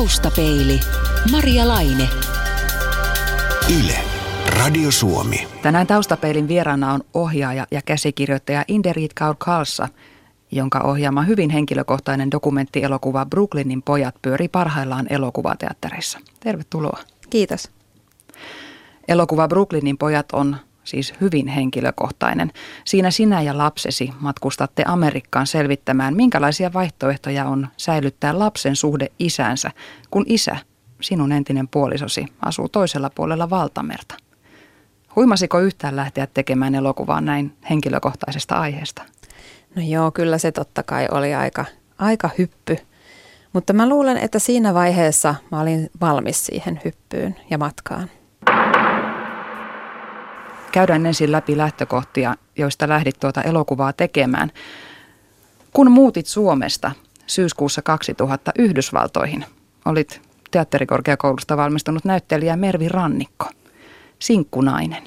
Taustapeili. Maria Laine. Yle. Radio Suomi. Tänään Taustapeilin vieraana on ohjaaja ja käsikirjoittaja Inderit Kaur-Khalsa, jonka ohjaama hyvin henkilökohtainen dokumenttielokuva Brooklynin pojat pyörii parhaillaan elokuvateattereissa. Tervetuloa. Kiitos. Elokuva Brooklynin pojat on siis hyvin henkilökohtainen. Siinä sinä ja lapsesi matkustatte Amerikkaan selvittämään, minkälaisia vaihtoehtoja on säilyttää lapsen suhde isäänsä, kun isä, sinun entinen puolisosi, asuu toisella puolella valtamerta. Huimasiko yhtään lähteä tekemään elokuvaa näin henkilökohtaisesta aiheesta? No joo, kyllä se totta kai oli aika hyppy. Mutta mä luulen, että siinä vaiheessa mä olin valmis siihen hyppyyn ja matkaan. Käydään ensin läpi lähtökohtia, joista lähdit tuota elokuvaa tekemään. Kun muutit Suomesta syyskuussa 2000 Yhdysvaltoihin, olit teatterikorkeakoulusta valmistunut näyttelijä Mervi Rannikko, sinkkunainen.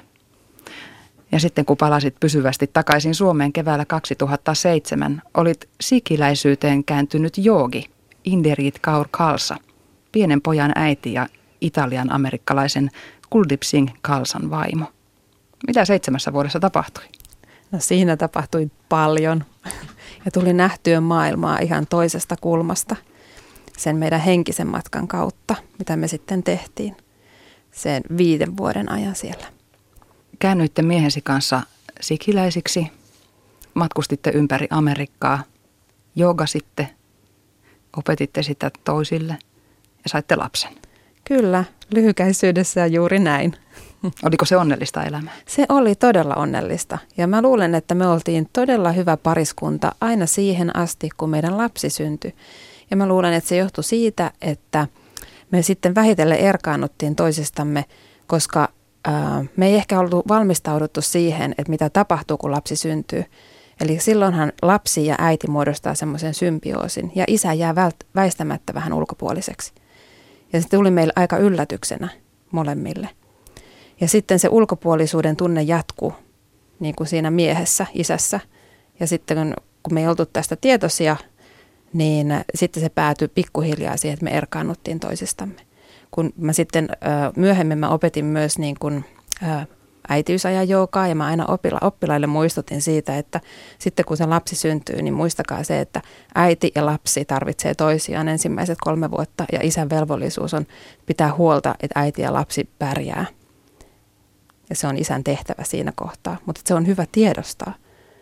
Ja sitten kun palasit pysyvästi takaisin Suomeen keväällä 2007, olit sikiläisyyteen kääntynyt joogi Inderit Kaur-Khalsa, pienen pojan äiti ja italian-amerikkalaisen Kuldip Singh Khalsan vaimo. Mitä 7 vuodessa tapahtui? No siinä tapahtui paljon ja tuli nähtyä maailmaa ihan toisesta kulmasta sen meidän henkisen matkan kautta, mitä me sitten tehtiin sen 5 vuoden ajan siellä. Käännyitte miehesi kanssa sikiläisiksi, matkustitte ympäri Amerikkaa, joogasitte, opetitte sitä toisille ja saitte lapsen. Kyllä, lyhykäisyydessään juuri näin. Oliko se onnellista elämää? Se oli todella onnellista ja mä luulen, että me oltiin todella hyvä pariskunta aina siihen asti, kun meidän lapsi syntyi. Ja mä luulen, että se johtui siitä, että me sitten vähitellen erkaannuttiin toisistamme, koska me ei ehkä ollut valmistauduttu siihen, että mitä tapahtuu, kun lapsi syntyy. Eli silloinhan lapsi ja äiti muodostaa semmoisen symbioosin ja isä jää väistämättä vähän ulkopuoliseksi. Ja se tuli meille aika yllätyksenä molemmille. Ja sitten se ulkopuolisuuden tunne jatkuu niin kuin siinä miehessä, isässä. Ja sitten kun me ei oltu tästä tietoisia, niin sitten se päätyi pikkuhiljaa siihen, että me erkaannuttiin toisistamme. Kun mä sitten myöhemmin mä opetin myös niin kuin äitiysajan joogaa ja mä aina oppilaille muistutin siitä, että sitten kun se lapsi syntyy, niin muistakaa se, että äiti ja lapsi tarvitsee toisiaan ensimmäiset 3 vuotta ja isän velvollisuus on pitää huolta, että äiti ja lapsi pärjää. Ja se on isän tehtävä siinä kohtaa, mutta se on hyvä tiedostaa.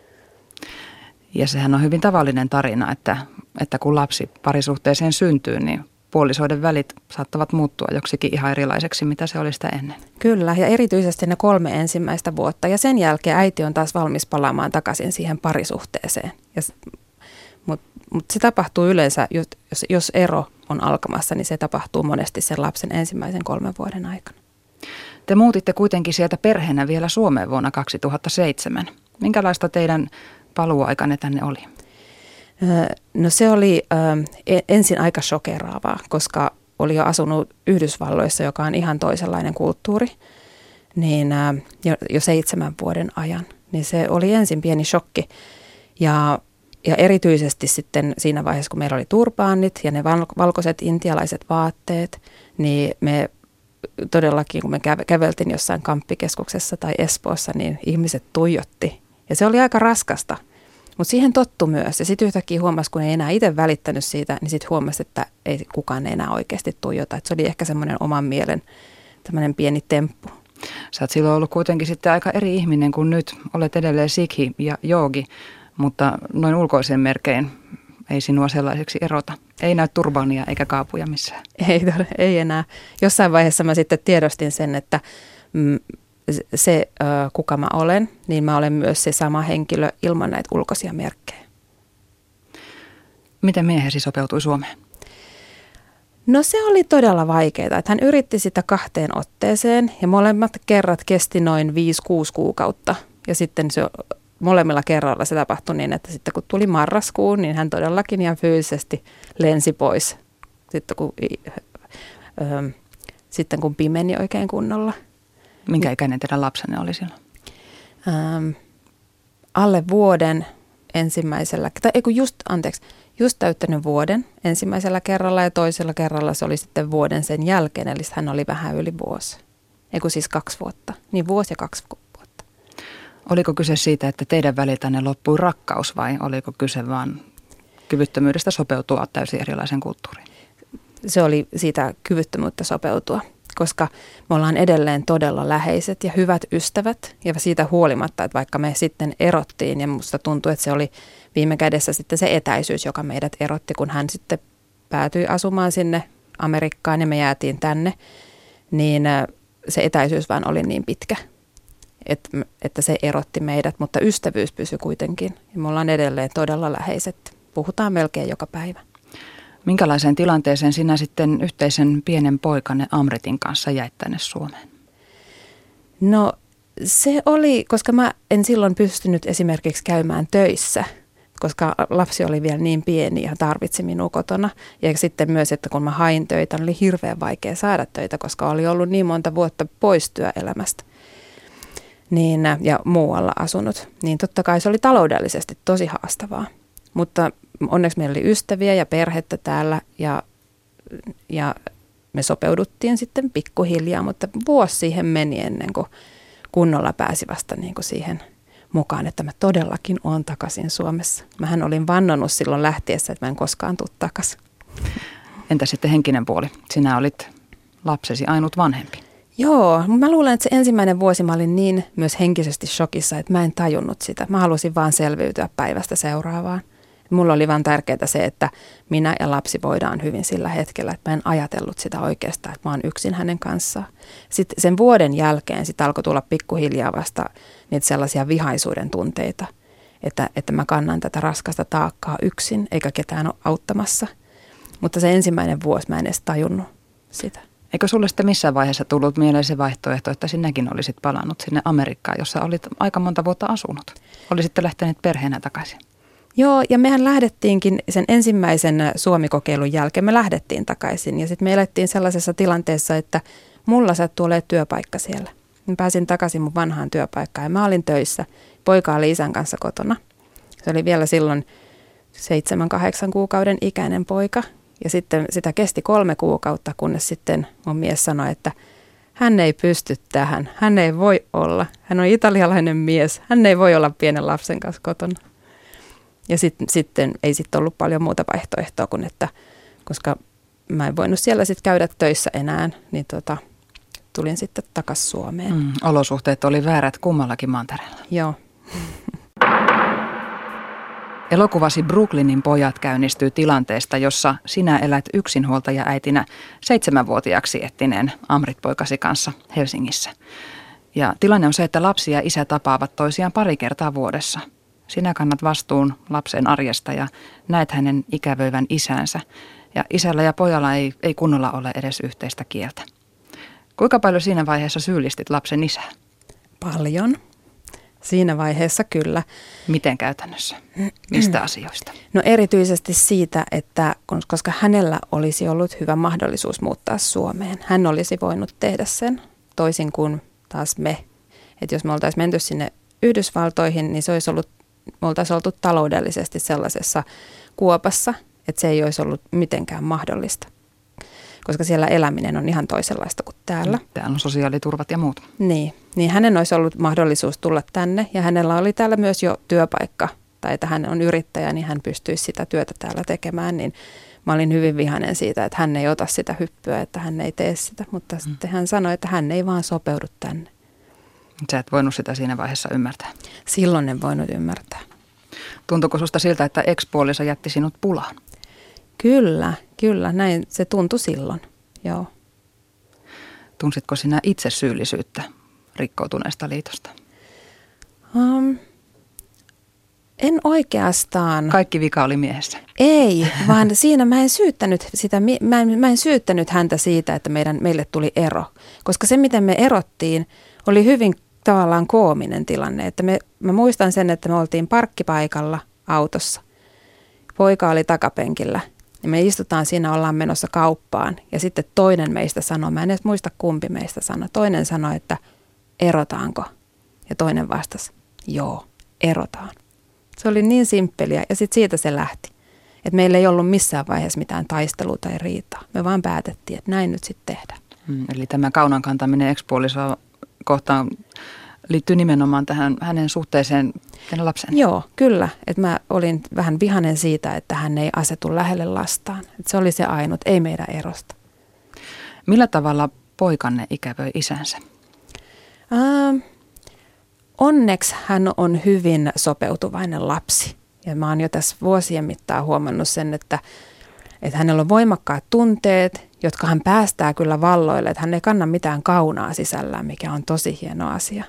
Ja sehän on hyvin tavallinen tarina, että kun lapsi parisuhteeseen syntyy, niin puolisoiden välit saattavat muuttua joksikin ihan erilaiseksi, mitä se oli sitä ennen. Kyllä, ja erityisesti ne 3 ensimmäistä vuotta. Ja sen jälkeen äiti on taas valmis palaamaan takaisin siihen parisuhteeseen. Mutta se tapahtuu yleensä, jos ero on alkamassa, niin se tapahtuu monesti sen lapsen ensimmäisen 3 vuoden aikana. Te muutitte kuitenkin sieltä perheenä vielä Suomeen vuonna 2007. Minkälaista teidän paluuaikanne tänne oli? No se oli ensin aika shokeraavaa, koska oli jo asunut Yhdysvalloissa, joka on ihan toisenlainen kulttuuri, niin jo 7 vuoden ajan. Niin se oli ensin pieni shokki ja erityisesti sitten siinä vaiheessa, kun meillä oli turbaanit ja ne valkoiset intialaiset vaatteet, niin me todellakin, kun me käveltiin jossain kamppikeskuksessa tai Espoossa, niin ihmiset tuijotti. Ja se oli aika raskasta, mutta siihen tottu myös. Ja sitten yhtäkkiä huomasi, kun ei enää itse välittänyt siitä, niin sitten huomasi, että ei kukaan enää oikeasti tuijota. Et se oli ehkä semmoinen oman mielen tämmöinen pieni temppu. Sä oot silloin ollut kuitenkin sitten aika eri ihminen kuin nyt. Olet edelleen sikhi ja joogi, mutta noin ulkoisen merkein ei sinua sellaiseksi erota. Ei näy turbaania eikä kaapuja missään. Ei enää. Jossain vaiheessa mä sitten tiedostin sen, että se kuka mä olen, niin mä olen myös se sama henkilö ilman näitä ulkoisia merkkejä. Miten miehesi sopeutui Suomeen? No se oli todella vaikeaa. Hän yritti sitä 2 otteeseen ja molemmat kerrat kesti noin 5-6 kuukautta. Ja sitten molemmilla kerralla se tapahtui niin, että sitten kun tuli marraskuu, niin hän todellakin ihan fyysisesti lensi pois. Sitten kun pimeni oikein kunnolla. Minkä ikäinen teidän lapsenne oli silloin? Alle vuoden just täyttänyt vuoden ensimmäisellä kerralla ja toisella kerralla se oli sitten vuoden sen jälkeen, eli hän oli vähän yli vuosi. Siis 2 vuotta, niin vuosi ja 2 vuotta. Oliko kyse siitä, että teidän väliltänne loppui rakkaus vai oliko kyse vaan kyvyttömyydestä sopeutua täysin erilaisen kulttuuriin? Se oli siitä kyvyttömyyttä sopeutua, koska me ollaan edelleen todella läheiset ja hyvät ystävät. Ja siitä huolimatta, että vaikka me sitten erottiin ja musta tuntui, että se oli viime kädessä sitten se etäisyys, joka meidät erotti, kun hän sitten päätyi asumaan sinne Amerikkaan ja me jäätiin tänne, niin se etäisyys vaan oli niin pitkä, että se erotti meidät, mutta ystävyys pysyi kuitenkin. Ja me ollaan edelleen todella läheiset. Puhutaan melkein joka päivä. Minkälaiseen tilanteeseen sinä sitten yhteisen pienen poikanne Amritin kanssa jäit tänne Suomeen? No se oli, koska mä en silloin pystynyt esimerkiksi käymään töissä, koska lapsi oli vielä niin pieni ja tarvitsi minua kotona. Ja sitten myös, että kun mä hain töitä, oli hirveän vaikea saada töitä, koska oli ollut niin monta vuotta pois työelämästä ja muualla asunut. Niin totta kai se oli taloudellisesti tosi haastavaa. Mutta onneksi meillä oli ystäviä ja perhettä täällä ja me sopeuduttiin sitten pikkuhiljaa, mutta vuosi siihen meni ennen kuin kunnolla pääsi vasta niin kuin siihen mukaan, että mä todellakin olen takaisin Suomessa. Mähän olin vannonut silloin lähtiessä, että mä en koskaan tule takaisin. Entä sitten henkinen puoli? Sinä olit lapsesi ainut vanhempi. Joo, mä luulen, että se ensimmäinen vuosi mä olin niin myös henkisesti shokissa, että mä en tajunnut sitä. Mä halusin vaan selviytyä päivästä seuraavaan. Mulla oli vaan tärkeää se, että minä ja lapsi voidaan hyvin sillä hetkellä, että mä en ajatellut sitä oikeastaan, että mä oon yksin hänen kanssaan. Sitten sen vuoden jälkeen sit alkoi tulla pikkuhiljaa vasta niitä sellaisia vihaisuuden tunteita, että mä kannan tätä raskasta taakkaa yksin, eikä ketään ole auttamassa. Mutta se ensimmäinen vuosi mä en edes tajunnut sitä. Eikö sulle sitten missään vaiheessa tullut mieleen se vaihtoehto, että sinäkin olisit palannut sinne Amerikkaan, jossa olit aika monta vuotta asunut? Olisitte lähteneet perheenä takaisin? Joo, ja mehän lähdettiinkin sen ensimmäisen Suomi-kokeilun jälkeen, me lähdettiin takaisin. Ja sitten me elettiin sellaisessa tilanteessa, että mulla sattui olemaan työpaikka siellä. Mä pääsin takaisin mun vanhaan työpaikkaan ja mä olin töissä. Poika oli isän kanssa kotona. Se oli vielä silloin 7-8 kuukauden ikäinen poika. Ja sitten sitä kesti 3 kuukautta, kunnes sitten mun mies sanoi, että hän ei pysty tähän. Hän ei voi olla. Hän on italialainen mies. Hän ei voi olla pienen lapsen kanssa kotona. Ja sitten ei sitten ollut paljon muuta vaihtoehtoa kuin, että koska mä en voinut siellä sitten käydä töissä enää, niin tulin sitten takaisin Suomeen. Olosuhteet oli väärät kummallakin mantereella. Joo. Elokuvasi Brooklynin pojat käynnistyy tilanteesta, jossa sinä elät yksinhuoltaja-äitinä 7-vuotiaaksi ettineen Amrit-poikasi kanssa Helsingissä. Ja tilanne on se, että lapsi ja isä tapaavat toisiaan pari kertaa vuodessa. Sinä kannat vastuun lapsen arjesta ja näet hänen ikävöivän isänsä. Ja isällä ja pojalla ei kunnolla ole edes yhteistä kieltä. Kuinka paljon siinä vaiheessa syyllistit lapsen isää? Paljon. Siinä vaiheessa kyllä. Miten käytännössä? Mistä asioista? No erityisesti siitä, että koska hänellä olisi ollut hyvä mahdollisuus muuttaa Suomeen. Hän olisi voinut tehdä sen toisin kuin taas me. Että jos me oltaisiin menty sinne Yhdysvaltoihin, niin se olisi ollut, me oltaisiin oltu taloudellisesti sellaisessa kuopassa, että se ei olisi ollut mitenkään mahdollista. Koska siellä eläminen on ihan toisenlaista kuin täällä. Täällä on sosiaaliturvat ja muut. Niin hänen olisi ollut mahdollisuus tulla tänne ja hänellä oli täällä myös jo työpaikka tai että hän on yrittäjä, niin hän pystyisi sitä työtä täällä tekemään. Niin mä olin hyvin vihainen siitä, että hän ei ota sitä hyppyä, että hän ei tee sitä, mutta sitten hän sanoi, että hän ei vaan sopeudu tänne. Sä et voinut sitä siinä vaiheessa ymmärtää? Silloin en voinut ymmärtää. Tuntuuko susta siltä, että ex-puoliso jätti sinut pulaan? Kyllä, näin se tuntui silloin, joo. Tunsitko sinä itse syyllisyyttä rikkoutuneesta liitosta? En oikeastaan. Kaikki vika oli miehessä? Ei, vaan siinä mä en syyttänyt häntä siitä, että meille tuli ero. Koska se, miten me erottiin, oli hyvin tavallaan koominen tilanne. Että mä muistan sen, että me oltiin parkkipaikalla autossa. Poika oli takapenkillä. Ja me istutaan siinä, ollaan menossa kauppaan ja sitten toinen meistä sanoi, mä en edes muista kumpi meistä sanoi, toinen sanoi, että erotaanko? Ja toinen vastasi, joo, erotaan. Se oli niin simppeliä ja sitten siitä se lähti. Että meillä ei ollut missään vaiheessa mitään taistelua tai riitaa. Me vaan päätettiin, että näin nyt sitten tehdään. Eli tämä kaunan kantaminen ex-puolisoa kohtaan liittyy nimenomaan tähän hänen suhteeseen tänne lapsen. Joo, kyllä. Että mä olin vähän vihainen siitä, että hän ei asetu lähelle lastaan. Että se oli se ainut, ei meidän erosta. Millä tavalla poikanne ikävöi isänsä? Onneksi hän on hyvin sopeutuvainen lapsi. Ja mä oon jo tässä vuosien mittaan huomannut sen, että hänellä on voimakkaat tunteet, jotka hän päästää kyllä valloille. Että hän ei kanna mitään kaunaa sisällään, mikä on tosi hieno asia.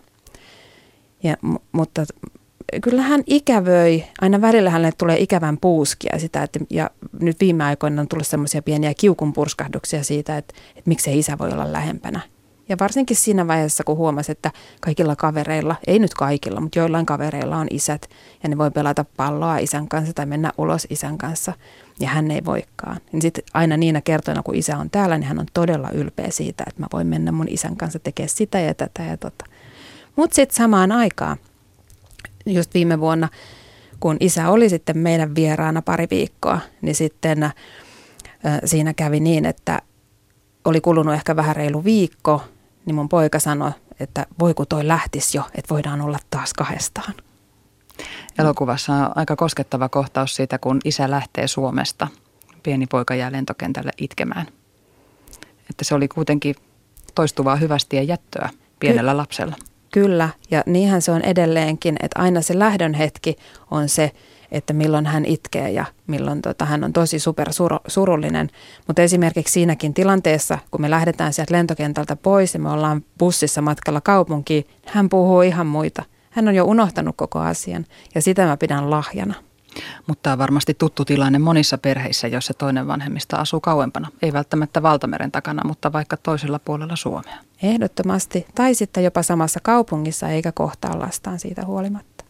Mutta kyllä hän ikävöi, aina välillä hänelle tulee ikävän puuskia sitä, ja nyt viime aikoina on tullut semmoisia pieniä kiukunpurskahduksia siitä, että miksei isä voi olla lähempänä. Ja varsinkin siinä vaiheessa, kun huomasi, että kaikilla kavereilla, ei nyt kaikilla, mutta joillain kavereilla on isät, ja ne voi pelata palloa isän kanssa tai mennä ulos isän kanssa, ja hän ei voikaan. Niin sitten aina niinä kertoina, kun isä on täällä, niin hän on todella ylpeä siitä, että mä voin mennä mun isän kanssa tekemään sitä ja tätä ja tota. Mutta sitten samaan aikaan, just viime vuonna, kun isä oli sitten meidän vieraana pari viikkoa, niin sitten siinä kävi niin, että oli kulunut ehkä vähän reilu viikko, niin mun poika sanoi, että voi kun toi lähtisi jo, että voidaan olla taas kahdestaan. Elokuvassa on aika koskettava kohtaus siitä, kun isä lähtee Suomesta. Pieni poika jää lentokentälle itkemään. Että se oli kuitenkin toistuvaa hyvästiä jättöä pienellä lapsella. Kyllä, ja niinhän se on edelleenkin, että aina se lähdön hetki on se, että milloin hän itkee ja milloin hän on tosi surullinen. Mutta esimerkiksi siinäkin tilanteessa, kun me lähdetään sieltä lentokentältä pois ja me ollaan bussissa matkalla kaupunkiin, hän puhuu ihan muita. Hän on jo unohtanut koko asian ja sitä mä pidän lahjana. Mutta tämä on varmasti tuttu tilanne monissa perheissä, joissa toinen vanhemmista asuu kauempana. Ei välttämättä valtameren takana, mutta vaikka toisella puolella Suomea. Ehdottomasti. Tai sitten jopa samassa kaupungissa eikä kohtaa lastaan siitä huolimatta.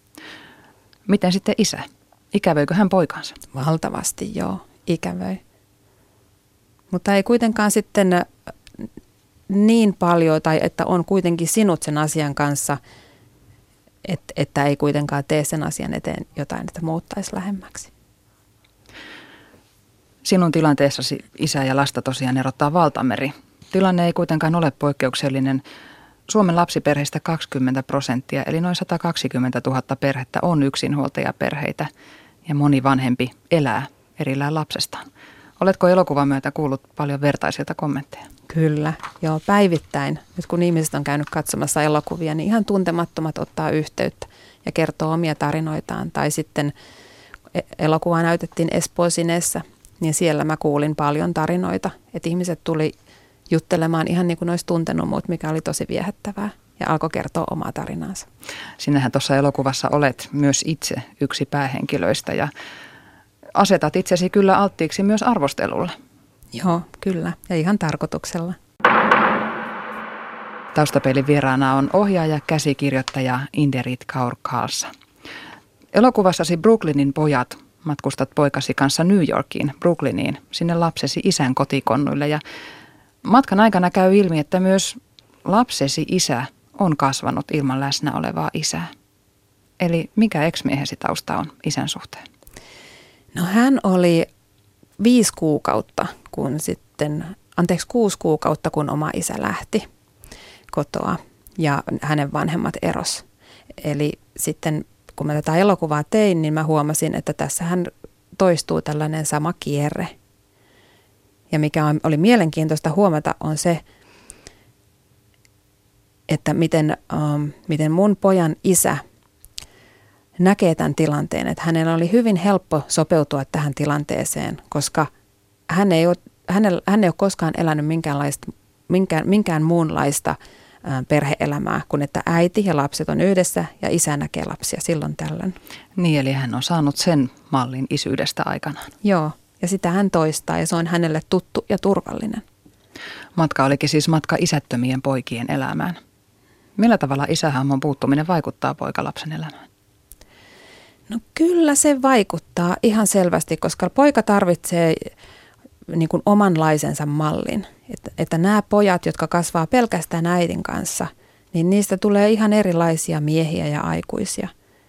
Miten sitten isä? Ikävöikö hän poikansa? Valtavasti joo, ikävöi. Mutta ei kuitenkaan sitten niin paljon, tai että on kuitenkin sinut sen asian kanssa, että ei kuitenkaan tee sen asian eteen jotain, että muuttaisi lähemmäksi. Sinun tilanteessasi isä ja lasta tosiaan erottaa valtameri. Tilanne ei kuitenkaan ole poikkeuksellinen. Suomen lapsiperheistä 20%, eli noin 120 000 perhettä on yksinhuoltajaperheitä ja moni vanhempi elää erillään lapsestaan. Oletko elokuvan myötä kuullut paljon vertaisilta kommentteja? Kyllä, joo, päivittäin. Nyt kun ihmiset on käynyt katsomassa elokuvia, niin ihan tuntemattomat ottaa yhteyttä ja kertoo omia tarinoitaan. Tai sitten elokuvaa näytettiin Espoon Sineessä, niin siellä mä kuulin paljon tarinoita, että ihmiset tuli juttelemaan ihan niin kuin ne olisi tuntenut muut, mikä oli tosi viehättävää ja alkoi kertoa omaa tarinaansa. Sinähän tuossa elokuvassa olet myös itse yksi päähenkilöistä ja asetat itsesi kyllä alttiiksi myös arvostelulle. Joo, kyllä. Ja ihan tarkoituksella. Taustapelin vieraana on ohjaaja, käsikirjoittaja Inderit Kaur Khalsa. Elokuvassasi Brooklynin pojat matkustat poikasi kanssa New Yorkiin, Brooklyniin, sinne lapsesi isän kotikonnuille. Ja matkan aikana käy ilmi, että myös lapsesi isä on kasvanut ilman läsnä olevaa isää. Eli mikä ex-miehesi tausta on isän suhteen? No hän oli 6 kuukautta, kun oma isä lähti kotoa ja hänen vanhemmat eros. Eli sitten kun mä tätä elokuvaa tein, niin mä huomasin, että tässähän toistuu tällainen sama kierre. Ja mikä oli mielenkiintoista huomata on se, että miten mun pojan isä näkee tämän tilanteen, että hänellä oli hyvin helppo sopeutua tähän tilanteeseen, koska hän ei ole koskaan elänyt minkään muunlaista perhe-elämää, kuin että äiti ja lapset on yhdessä ja isä näkee lapsia silloin tällöin. Niin, eli hän on saanut sen mallin isyydestä aikanaan. Joo, ja sitä hän toistaa ja se on hänelle tuttu ja turvallinen. Matka olikin siis matka isättömien poikien elämään. Millä tavalla isähahmon puuttuminen vaikuttaa poikalapsen elämään? No kyllä se vaikuttaa ihan selvästi, koska poika tarvitsee niin kuin omanlaisensa mallin. Että nämä pojat, jotka kasvaa pelkästään äidin kanssa, niin niistä tulee ihan erilaisia miehiä ja aikuisia.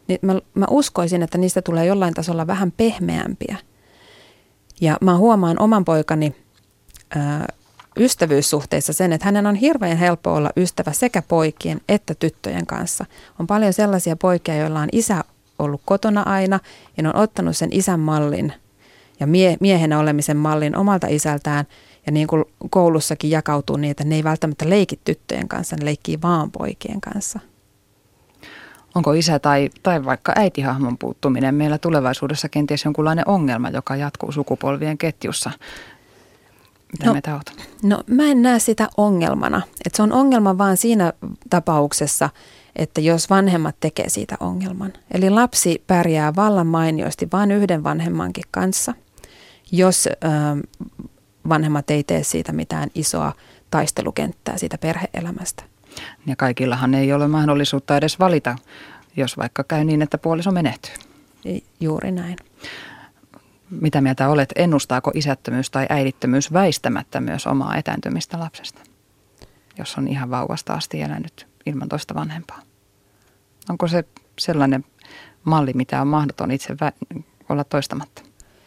niin mä uskoisin, että niistä tulee jollain tasolla vähän pehmeämpiä. Ja mä huomaan oman poikani ystävyyssuhteissa sen, että hänen on hirveän helppo olla ystävä sekä poikien että tyttöjen kanssa. On paljon sellaisia poikia, joilla on isä ollut kotona aina ja ne on ottanut sen isän mallin ja miehenä olemisen mallin omalta isältään. Ja niin kuin koulussakin jakautuu niitä, ne ei välttämättä leiki tyttöjen kanssa, ne leikkii vaan poikien kanssa. Onko isä tai vaikka äitihahmon puuttuminen meillä tulevaisuudessa kenties jonkunlainen ongelma, joka jatkuu sukupolvien ketjussa? Mitä meitä oot? No mä en näe sitä ongelmana. Että se on ongelma vaan siinä tapauksessa, että jos vanhemmat tekee siitä ongelman. Eli lapsi pärjää vallan mainiosti vain yhden vanhemmankin kanssa, jos vanhemmat ei tee siitä mitään isoa taistelukenttää siitä perhe-elämästä. Ja kaikillahan ei ole mahdollisuutta edes valita, jos vaikka käy niin, että puoliso menehtyy. Juuri näin. Mitä mieltä olet, ennustaako isättömyys tai äidittömyys väistämättä myös omaa etääntymistä lapsesta, jos on ihan vauvasta asti elänyt ilman toista vanhempaa? Onko se sellainen malli, mitä on mahdoton itse olla toistamatta?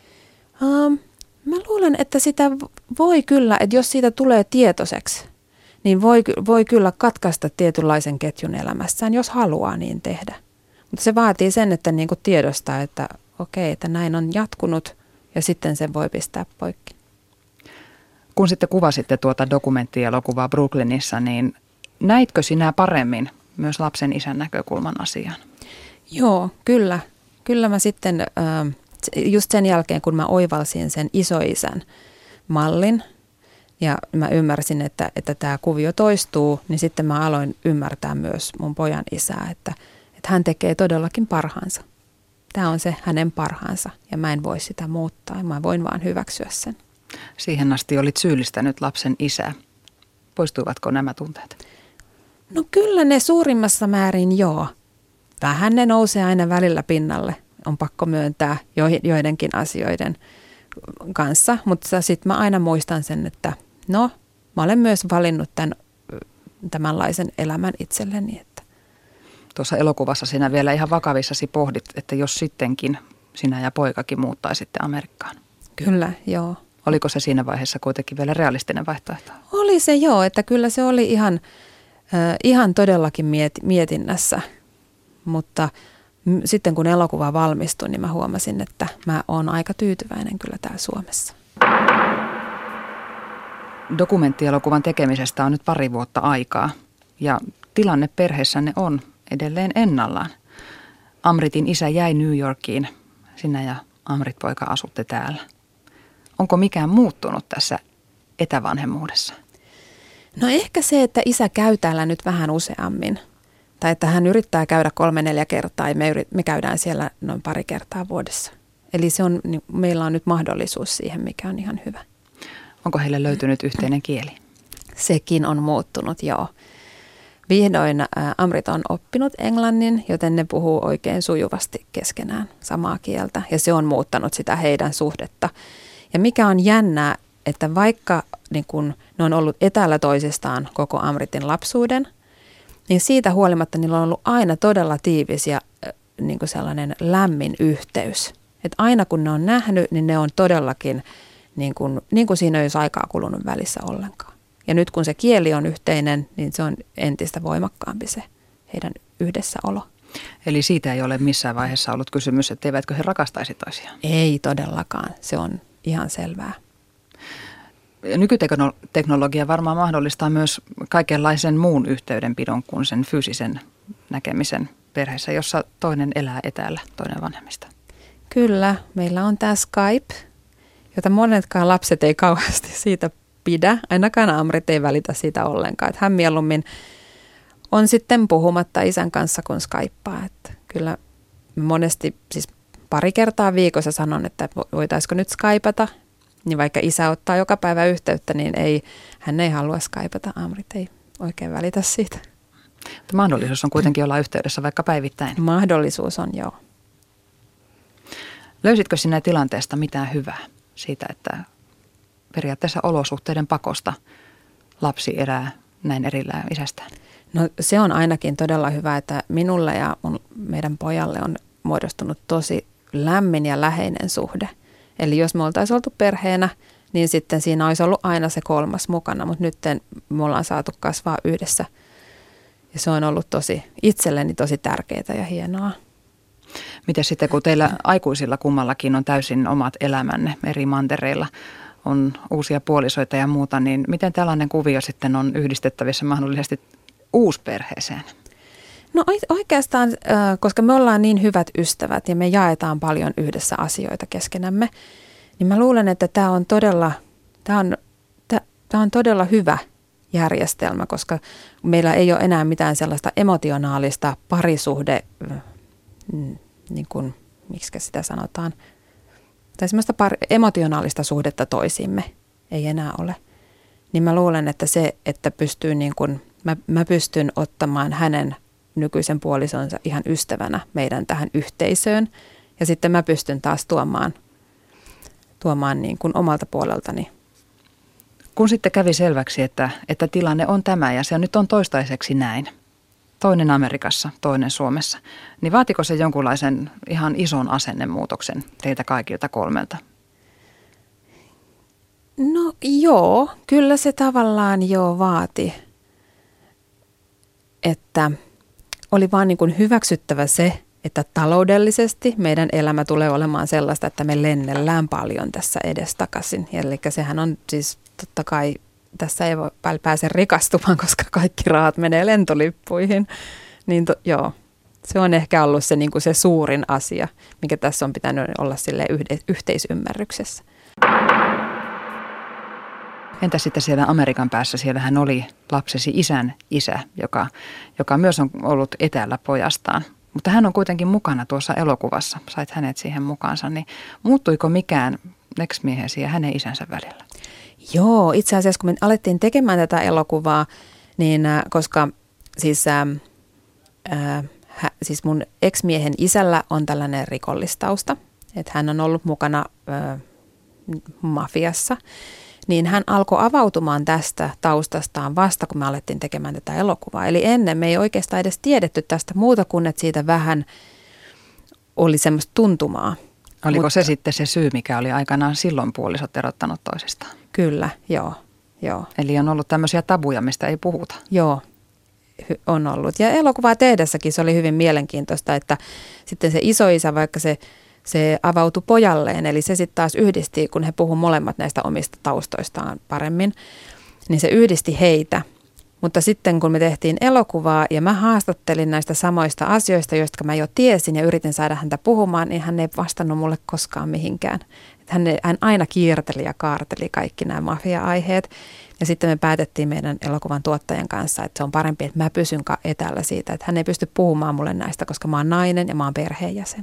Mä luulen, että sitä voi kyllä, että jos siitä tulee tietoiseksi, niin voi kyllä katkaista tietynlaisen ketjun elämässään, jos haluaa niin tehdä. Mutta se vaatii sen, että niin kuin tiedostaa, että okei, että näin on jatkunut ja sitten sen voi pistää poikki. Kun sitten kuvasitte tuota dokumenttielokuvaa Brooklynissa, niin näitkö sinä paremmin myös lapsen isän näkökulman asiaan? Joo, kyllä. Kyllä mä sitten just sen jälkeen, kun mä oivalsin sen isoisän mallin ja mä ymmärsin, että tämä kuvio toistuu, niin sitten mä aloin ymmärtää myös mun pojan isää, että hän tekee todellakin parhaansa. Tämä on se hänen parhaansa ja mä en voi sitä muuttaa. Mä voin vaan hyväksyä sen. Siihen asti olit syyllistänyt lapsen isää. Poistuivatko nämä tunteet? No kyllä ne suurimmassa määrin joo. Vähän ne nousee aina välillä pinnalle. On pakko myöntää joidenkin asioiden kanssa. Mutta sitten mä aina muistan sen, että no mä olen myös valinnut tämänlaisen elämän itselleni. Tuossa elokuvassa sinä vielä ihan vakavissasi pohdit, että jos sittenkin sinä ja poikakin muuttaisitte Amerikkaan. Kyllä, joo. Oliko se siinä vaiheessa kuitenkin vielä realistinen vaihtoehto? Oli se joo, että kyllä se oli ihan todellakin mietinnässä. Mutta sitten kun elokuva valmistui, niin mä huomasin, että mä oon aika tyytyväinen kyllä täällä Suomessa. Dokumenttielokuvan tekemisestä on nyt 2 vuotta aikaa ja tilanne perheessänne on edelleen ennallaan. Amritin isä jäi New Yorkiin. Sinä ja Amrit-poika asutte täällä. Onko mikään muuttunut tässä etävanhemmuudessa? No ehkä se, että isä käy täällä nyt vähän useammin. Tai että hän yrittää käydä 3-4 kertaa ja me käydään siellä noin 2 kertaa vuodessa. Eli meillä on nyt mahdollisuus siihen, mikä on ihan hyvä. Onko heille löytynyt yhteinen kieli? Sekin on muuttunut, joo. Vihdoin Amrit on oppinut englannin, joten ne puhuu oikein sujuvasti keskenään samaa kieltä. Ja se on muuttanut sitä heidän suhdetta. Ja mikä on jännää, että vaikka niin kun ne on ollut etäällä toisistaan koko Amritin lapsuuden, niin siitä huolimatta niillä on ollut aina todella tiivis ja niin kuin sellainen lämmin yhteys. Että aina kun ne on nähnyt, niin ne on todellakin niin kuin siinä ei olisi aikaa kulunut välissä ollenkaan. Ja nyt kun se kieli on yhteinen, niin se on entistä voimakkaampi se heidän yhdessäolo. Eli siitä ei ole missään vaiheessa ollut kysymys, että eivätkö he rakastaisi toisiaan? Ei todellakaan. Se on ihan selvää. Nykyteknologia varmaan mahdollistaa myös kaikenlaisen muun yhteydenpidon kuin sen fyysisen näkemisen perheessä, jossa toinen elää etäällä, toinen vanhemmista. Kyllä. Meillä on tämä Skype, jota monetkaan lapset ei kauheasti siitä pidä. Ainakaan Amrit ei välitä siitä ollenkaan. Että hän mieluummin on sitten puhumatta isän kanssa, kun skyppaa. Että kyllä monesti, siis 2 kertaa viikossa sanon, että voitaisiko nyt skypata. Niin vaikka isä ottaa joka päivä yhteyttä, niin hän ei halua skypata. Amrit ei oikein välitä siitä. Mutta mahdollisuus on kuitenkin olla yhteydessä vaikka päivittäin. Mahdollisuus on, joo. Löysitkö sinä tilanteesta mitään hyvää siitä, että periaatteessa olosuhteiden pakosta lapsi elää näin erillään isästään? No se on ainakin todella hyvä, että minulle ja meidän pojalle on muodostunut tosi lämmin ja läheinen suhde. Eli jos me oltaisiin oltu perheenä, niin sitten siinä olisi ollut aina se kolmas mukana, mutta nyt me ollaan saatu kasvaa yhdessä. Ja se on ollut itselleni tosi tärkeää ja hienoa. Miten sitten, kun teillä aikuisilla kummallakin on täysin omat elämänne eri mantereilla, on uusia puolisoita ja muuta, niin miten tällainen kuvio sitten on yhdistettävissä mahdollisesti uusperheeseen? No oikeastaan, koska me ollaan niin hyvät ystävät ja me jaetaan paljon yhdessä asioita keskenämme, niin mä luulen, että tämä on todella hyvä järjestelmä, koska meillä ei ole enää mitään sellaista emotionaalista parisuhde, niin kuin, miksi sitä sanotaan, tai semmoista emotionaalista suhdetta toisiimme ei enää ole. Niin mä luulen, että se, että pystyy niin kuin, mä pystyn ottamaan hänen nykyisen puolisonsa ihan ystävänä meidän tähän yhteisöön. Ja sitten mä pystyn taas tuomaan niin kuin omalta puoleltani. Kun sitten kävi selväksi, että tilanne on tämä ja se nyt on toistaiseksi näin, toinen Amerikassa, toinen Suomessa, niin vaatiko se jonkunlaisen ihan ison asennemuutoksen teiltä kaikilta kolmelta? No joo, kyllä se tavallaan vaati, että oli vaan niin kuin hyväksyttävä se, että taloudellisesti meidän elämä tulee olemaan sellaista, että me lennellään paljon tässä edestakaisin. Eli sehän on siis totta kai, tässä ei voi pääse rikastumaan, koska kaikki rahat menee lentolippuihin. Niin joo, se on ehkä ollut se, niin kuin se suurin asia, mikä tässä on pitänyt olla yhteisymmärryksessä. Entä sitten siellä Amerikan päässä? Siellähän oli lapsesi isän isä, joka myös on ollut etäällä pojastaan. Mutta hän on kuitenkin mukana tuossa elokuvassa. Sait hänet siihen mukaansa. Niin muuttuiko mikään ex-miehesi ja hänen isänsä välillä? Joo, itse asiassa kun me alettiin tekemään tätä elokuvaa, niin koska siis mun ex-miehen isällä on tällainen rikollistausta, että hän on ollut mukana mafiassa, niin hän alkoi avautumaan tästä taustastaan vasta, kun me alettiin tekemään tätä elokuvaa. Eli ennen me ei oikeastaan edes tiedetty tästä muuta kuin, että siitä vähän oli semmoista tuntumaa. Oliko se sitten se syy, mikä oli aikanaan silloin puolisot erottanut toisistaan? Kyllä, joo. Eli on ollut tämmöisiä tabuja, mistä ei puhuta. Joo, on ollut. Ja elokuvaa tehdessäkin se oli hyvin mielenkiintoista, että sitten se isoisä, vaikka se avautui pojalleen, eli se sitten taas yhdisti, kun he puhuivat molemmat näistä omista taustoistaan paremmin, niin se yhdisti heitä. Mutta sitten kun me tehtiin elokuvaa ja mä haastattelin näistä samoista asioista, joista mä jo tiesin ja yritin saada häntä puhumaan, niin hän ei vastannut mulle koskaan mihinkään. Hän aina kiirteli ja kaarteli kaikki nämä mafia-aiheet. Ja sitten me päätettiin meidän elokuvan tuottajan kanssa, että se on parempi, että mä pysyn etäällä siitä, että hän ei pysty puhumaan mulle näistä, koska mä oon nainen ja mä oon perheenjäsen.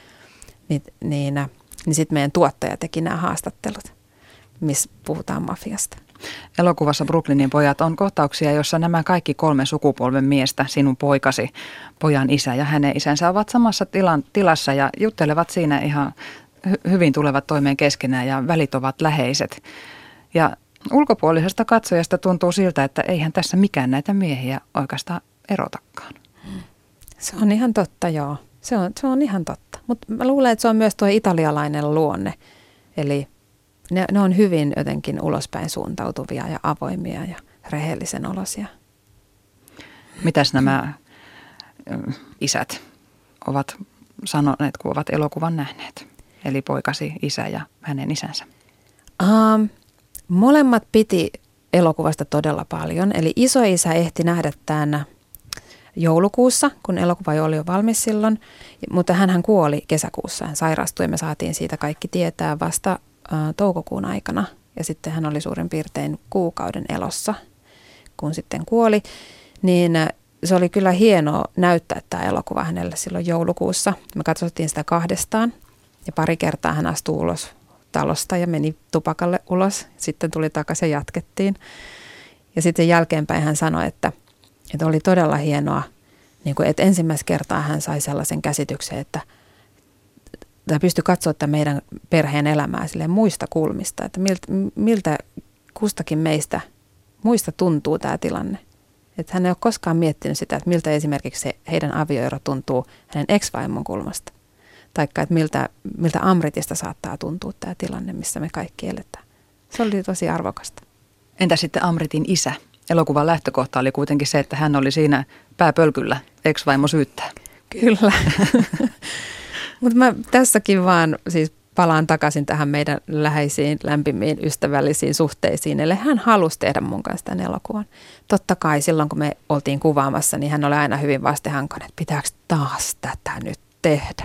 Niin sitten meidän tuottaja teki nämä haastattelut, missä puhutaan mafiasta. Elokuvassa Brooklynin pojat on kohtauksia, jossa nämä kaikki 3 sukupolven miestä, sinun poikasi, pojan isä ja hänen isänsä ovat samassa tilassa ja juttelevat siinä ihan hyvin, tulevat toimeen keskenään ja välit ovat läheiset. Ja ulkopuolisesta katsojasta tuntuu siltä, että eihän tässä mikään näitä miehiä oikeastaan erotakaan. Se on ihan totta, joo. Se on ihan totta. Mutta mä luulen, että se on myös tuo italialainen luonne. Eli ne on hyvin jotenkin ulospäin suuntautuvia ja avoimia ja rehellisen olosia. Mitäs nämä isät ovat sanoneet, kun ovat elokuvan nähneet? Eli poikasi isä ja hänen isänsä. Molemmat piti elokuvasta todella paljon. Eli isoisä ehti nähdä tämän joulukuussa, kun elokuva oli jo valmis silloin. Mutta hän kuoli kesäkuussa. Hän sairastui ja me saatiin siitä kaikki tietää vasta toukokuun aikana. Ja sitten hän oli suurin piirtein kuukauden elossa, kun sitten kuoli. Niin se oli kyllä hienoa näyttää tämä elokuva hänelle silloin joulukuussa. Me katsottiin sitä kahdestaan ja pari kertaa hän astui ulos talosta ja meni tupakalle ulos. Sitten tuli takaisin ja jatkettiin. Ja sitten jälkeenpäin hän sanoi, että oli todella hienoa, niin kuin, että ensimmäistä kertaa hän sai sellaisen käsityksen, että pystyi katsoa tämän meidän perheen elämää silleen muista kulmista, että miltä kustakin muista tuntuu tämä tilanne. Että hän ei ole koskaan miettinyt sitä, että miltä esimerkiksi se heidän avioero tuntuu hänen ex-vaimon kulmasta. Taikka, että miltä Amritista saattaa tuntua tämä tilanne, missä me kaikki eletään. Se oli tosi arvokasta. Entä sitten Amritin isä? Elokuvan lähtökohta oli kuitenkin se, että hän oli siinä pääpölkyllä, ex-vaimo syyttää. Kyllä. Mutta mä tässäkin vaan siis palaan takaisin tähän meidän läheisiin, lämpimiin, ystävällisiin suhteisiin. Eli hän halusi tehdä mun kanssa tämän elokuvan. Totta kai silloin, kun me oltiin kuvaamassa, niin hän oli aina hyvin vastehankainen, että pitääkö taas tätä nyt tehdä.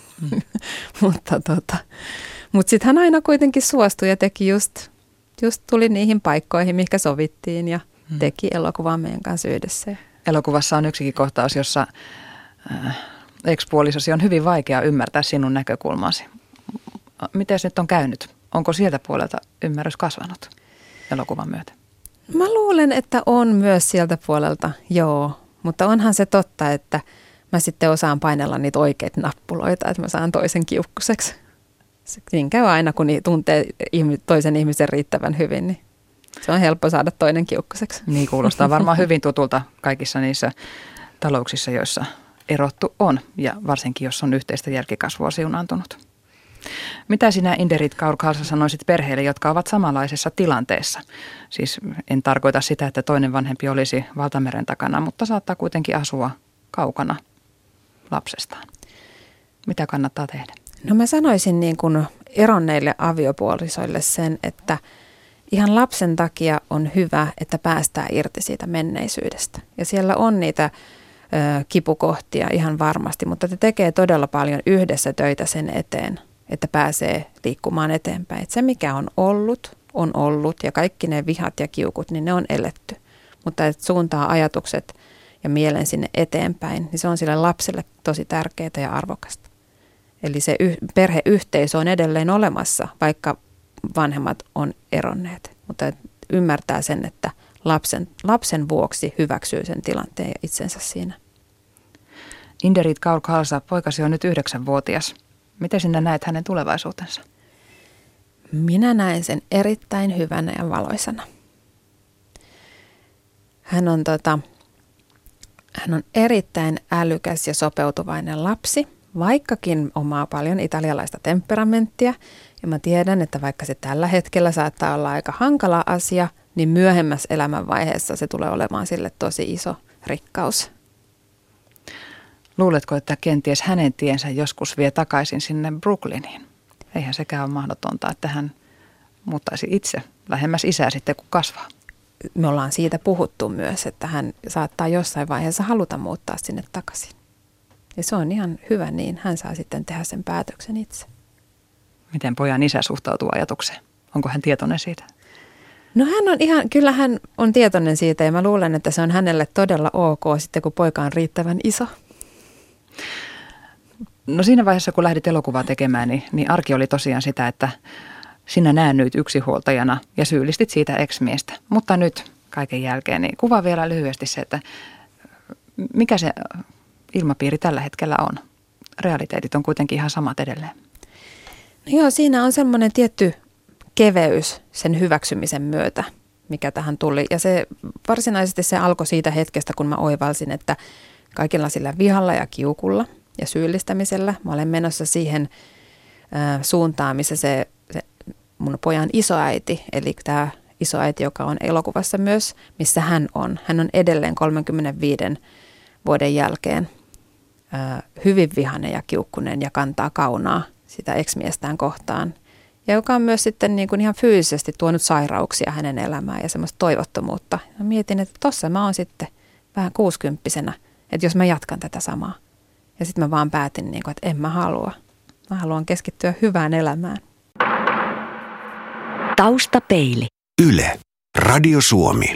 Mutta sitten hän aina kuitenkin suostui ja teki just tuli niihin paikkoihin, mihinkä sovittiin ja teki elokuvaa meidän kanssa yhdessä. Elokuvassa on yksikin kohtaus, jossa ex-puolisosi on hyvin vaikea ymmärtää sinun näkökulmasi. Miten se nyt on käynyt? Onko sieltä puolelta ymmärrys kasvanut elokuvan myötä? Mä luulen, että on myös sieltä puolelta, joo. Mutta onhan se totta, että mä sitten osaan painella niitä oikeita nappuloita, että mä saan toisen kiukkuseksi. Niin käy aina, kun tuntee toisen ihmisen riittävän hyvin, niin se on helppo saada toinen kiukkuseksi. Niin, kuulostaa varmaan hyvin tutulta kaikissa niissä talouksissa, joissa erottu on ja varsinkin, jos on yhteistä jälkikasvua siunaantunut. Mitä sinä, Inderit Kaur-Khalsa, sanoisit perheille, jotka ovat samanlaisessa tilanteessa? Siis en tarkoita sitä, että toinen vanhempi olisi valtameren takana, mutta saattaa kuitenkin asua kaukana lapsestaan. Mitä kannattaa tehdä? No mä sanoisin niin kuin eronneille aviopuolisoille sen, että ihan lapsen takia on hyvä, että päästään irti siitä menneisyydestä. Ja siellä on niitä kipukohtia ihan varmasti, mutta te tekee todella paljon yhdessä töitä sen eteen, että pääsee liikkumaan eteenpäin. Et se, mikä on ollut ja kaikki ne vihat ja kiukut, niin ne on eletty. Mutta että suuntaa ajatukset ja mielen sinne eteenpäin, niin se on sille lapselle tosi tärkeää ja arvokasta. Eli se perheyhteisö on edelleen olemassa, vaikka vanhemmat on eronneet. Mutta ymmärtää sen, että lapsen vuoksi hyväksyy sen tilanteen ja itsensä siinä. Inderit Kaur-Khalsa, poikasi on nyt 9-vuotias. Miten sinä näet hänen tulevaisuutensa? Minä näen sen erittäin hyvänä ja valoisana. Hän on erittäin älykäs ja sopeutuvainen lapsi, vaikkakin omaa paljon italialaista temperamenttia. Ja mä tiedän, että vaikka se tällä hetkellä saattaa olla aika hankala asia, niin myöhemmässä elämänvaiheessa se tulee olemaan sille tosi iso rikkaus. Luuletko, että kenties hänen tiensä joskus vie takaisin sinne Brooklyniin? Eihän sekään ole mahdotonta, että hän muuttaisi itse lähemmäs isää sitten, kun kasvaa. Me ollaan siitä puhuttu myös, että hän saattaa jossain vaiheessa haluta muuttaa sinne takaisin. Ja se on ihan hyvä niin, hän saa sitten tehdä sen päätöksen itse. Miten pojan isä suhtautuu ajatukseen? Onko hän tietoinen siitä? No kyllä hän on tietoinen siitä ja mä luulen, että se on hänelle todella ok sitten, kun poika on riittävän iso. No siinä vaiheessa, kun lähdit elokuvaa tekemään, niin arki oli tosiaan sitä, että sinä näännyit yksinhuoltajana ja syyllistit siitä ex-miestä. Mutta nyt kaiken jälkeen, niin kuvaa vielä lyhyesti se, että mikä se ilmapiiri tällä hetkellä on. Realiteetit on kuitenkin ihan samat edelleen. No joo, siinä on semmoinen tietty keveys sen hyväksymisen myötä, mikä tähän tuli. Ja varsinaisesti se alkoi siitä hetkestä, kun mä oivalsin, että kaikilla sillä vihalla ja kiukulla ja syyllistämisellä mä olen menossa siihen suuntaan, missä se mun pojan isoäiti, eli tämä isoäiti, joka on elokuvassa myös, missä hän on. Hän on edelleen 35 vuoden jälkeen hyvin vihainen ja kiukkunen ja kantaa kaunaa sitä ex-miestään kohtaan. Ja joka on myös sitten niin kuin ihan fyysisesti tuonut sairauksia hänen elämään ja semmoista toivottomuutta. Mä mietin, että tossa mä oon sitten vähän 60-vuotiaana, että jos mä jatkan tätä samaa. Ja sitten mä vaan päätin, niin kuin, että en mä halua. Mä haluan keskittyä hyvään elämään. Taustapeili. Yle. Radio Suomi.